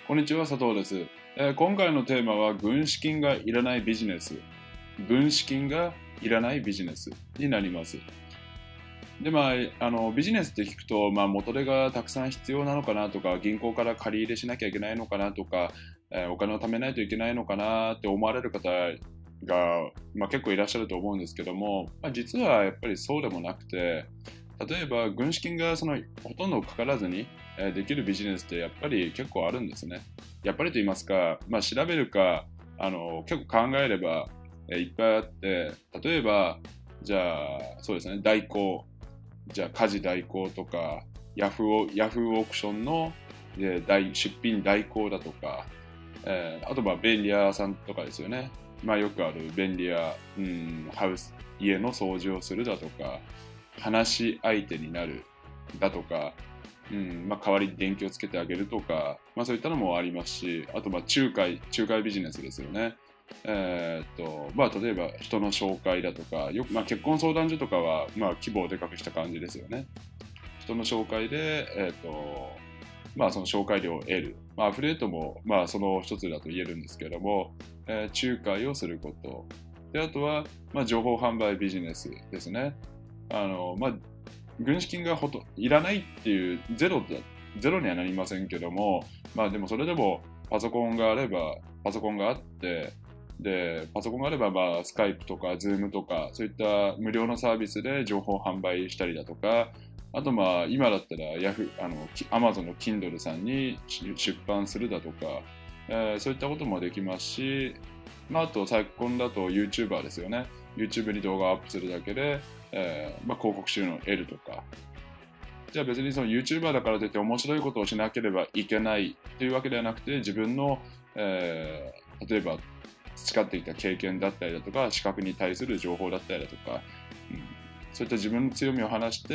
こんにちは、佐藤です。今回のテーマは、軍資金がいらないビジネス。軍資金がいらないビジネスになります。で、ビジネスって聞くと、元手がたくさん必要なのかなとか、銀行から借り入れしなきゃいけないのかなとか、お金を貯めないといけないのかなって思われる方が、結構いらっしゃると思うんですけども、実はやっぱりそうでもなくて、例えば軍資金がほとんどかからずにできるビジネスってやっぱり結構あるんですね。やっぱりと言いますか、調べるか結構考えればいっぱいあって、例えばじゃあそうですね、代行、じゃあ家事代行とかヤフーオークションの出品代行だとか、あと便利屋さんとかですよね。よくある便利屋、家の掃除をするだとか、話し相手になるだとか、代わりに電気をつけてあげるとか、そういったのもありますし、あと仲介ビジネスですよね。例えば人の紹介だとか、結婚相談所とかは、規模をでかくした感じですよね。人の紹介で、その紹介料を得る。アフィリエイトも、その一つだと言えるんですけれども、仲介をすること。で、あとは、情報販売ビジネスですね。軍資金がいらないっていうゼロにはなりませんけども、でもそれでもパソコンがあって、で、パソコンがあれば、スカイプとか、ズームとか、そういった無料のサービスで情報販売したりだとか、あと今だったらAmazon の Kindle さんに出版するだとか、そういったこともできますし、あと最近だと YouTuber ですよね。YouTube に動画をアップするだけで、広告収入を得るとか。じゃあ別にその YouTuber だからといって面白いことをしなければいけないというわけではなくて、自分の、例えば培ってきた経験だったりだとか、資格に対する情報だったりだとか、そういった自分の強みを話して、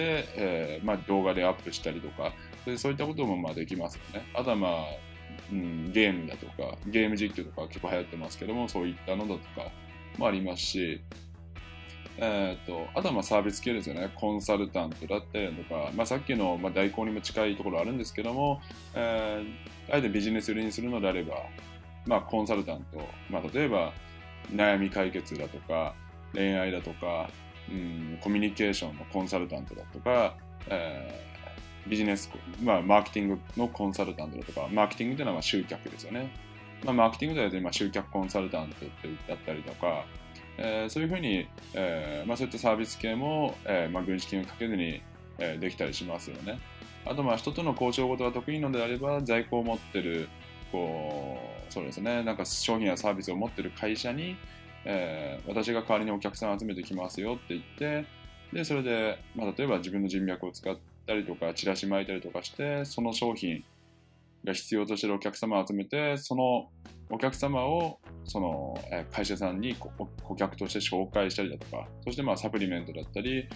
動画でアップしたりとか、そういったこともできますよね。あとはゲームだとか、ゲーム実況とか結構流行ってますけども、そういったのだとかもありますし、あとはサービス系ですよね。コンサルタントだったりとか、さっきの代行にも近いところあるんですけども、あえてビジネス寄りにするのであれば、コンサルタント、例えば悩み解決だとか、恋愛だとか、コミュニケーションのコンサルタントだとか、ビジネス、マーケティングのコンサルタントだとか、マーケティングというのは集客ですよね。マーケティングでは集客コンサルタントだったりとか、そういうふうに、そういったサービス系も、軍資金をかけずに、できたりしますよね。あと人との交渉事が得意のであれば、在庫を持ってるそうですね、商品やサービスを持ってる会社に、私が代わりにお客さんを集めてきますよって言って、でそれで、例えば自分の人脈を使ったりとかチラシ巻いたりとかして、その商品が必要としているお客様を集めて、そのお客様をその会社さんに顧客として紹介したりだとか、そしてサプリメントだったり、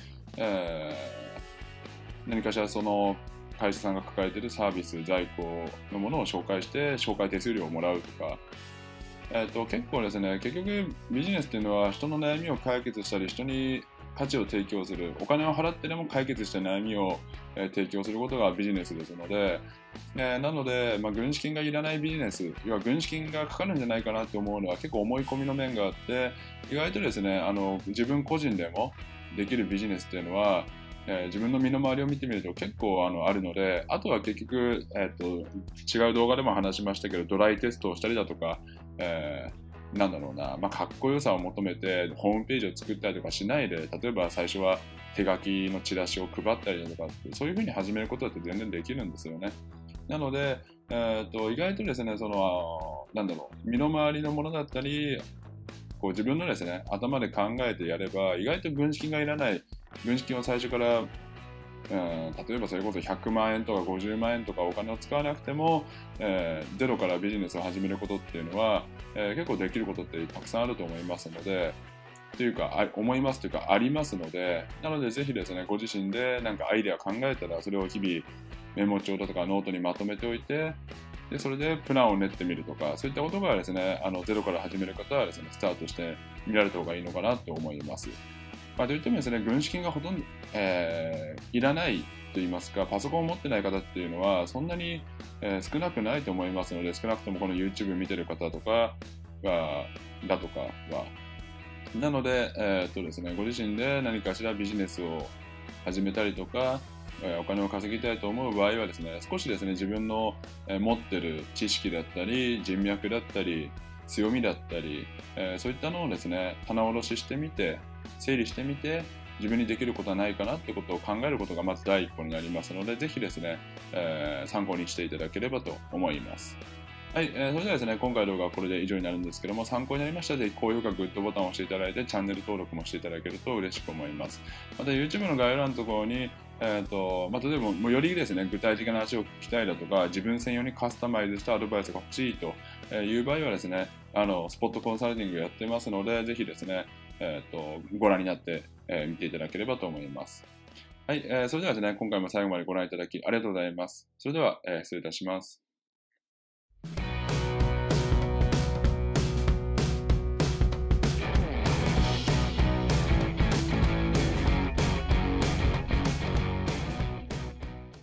何かしらその会社さんが抱えているサービス、在庫のものを紹介して、紹介手数料をもらうとか、結構ですね、結局ビジネスっていうのは人の悩みを解決したり、人に価値を提供する、お金を払ってでも解決した悩みを、提供することがビジネスですので、なので、軍資金がいらないビジネス、要は軍資金がかかるんじゃないかなと思うのは結構思い込みの面があって、意外とですね、自分個人でもできるビジネスっていうのは、自分の身の回りを見てみると結構あるので、あとは結局、違う動画でも話しましたけど、ドライテストをしたりだとか、かっこよさを求めてホームページを作ったりとかしないで、例えば最初は手書きのチラシを配ったりだとか、そういうふうに始めることだって全然できるんですよね。なので、意外とですね、身の回りのものだったり、自分のですね、頭で考えてやれば、意外と軍資金がいらない、軍資金を最初から、例えばそれこそ100万円とか50万円とかお金を使わなくても、ゼロからビジネスを始めることっていうのは、結構できることってたくさんあると思いますので、思いますというかありますので、なのでぜひですね、ご自身でアイデア考えたら、それを日々メモ帳だとかノートにまとめておいて、でそれでプランを練ってみるとか、そういったことがですね、ゼロから始める方はですね、スタートして見られた方がいいのかなと思います。 といってもですね、軍資金がほとんど、いらないといいますか、パソコンを持ってない方っていうのは、そんなに、少なくないと思いますので、少なくともこの YouTube 見てる方とかだとかは。なので、ですね、ご自身で何かしらビジネスを始めたりとか、お金を稼ぎたいと思う場合はですね、少しですね、自分の持ってる知識だったり、人脈だったり、強みだったり、そういったのをですね、棚卸ししてみて、整理してみて、自分にできることはないかなってことを考えることがまず第一歩になりますので、ぜひですね、参考にしていただければと思います。はい、それではですね、今回の動画はこれで以上になるんですけども、参考になりましたら、ぜひ高評価、グッドボタンを押していただいて、チャンネル登録もしていただけると嬉しく思います。また、YouTube の概要欄のところに、例えば、もうよりですね、具体的な話を聞きたいだとか、自分専用にカスタマイズしたアドバイスが欲しいという場合はですね、スポットコンサルティングやってますので、ぜひですね、ご覧になって、見ていただければと思います。はい、それではですね、今回も最後までご覧いただきありがとうございます。それでは、失礼いたします。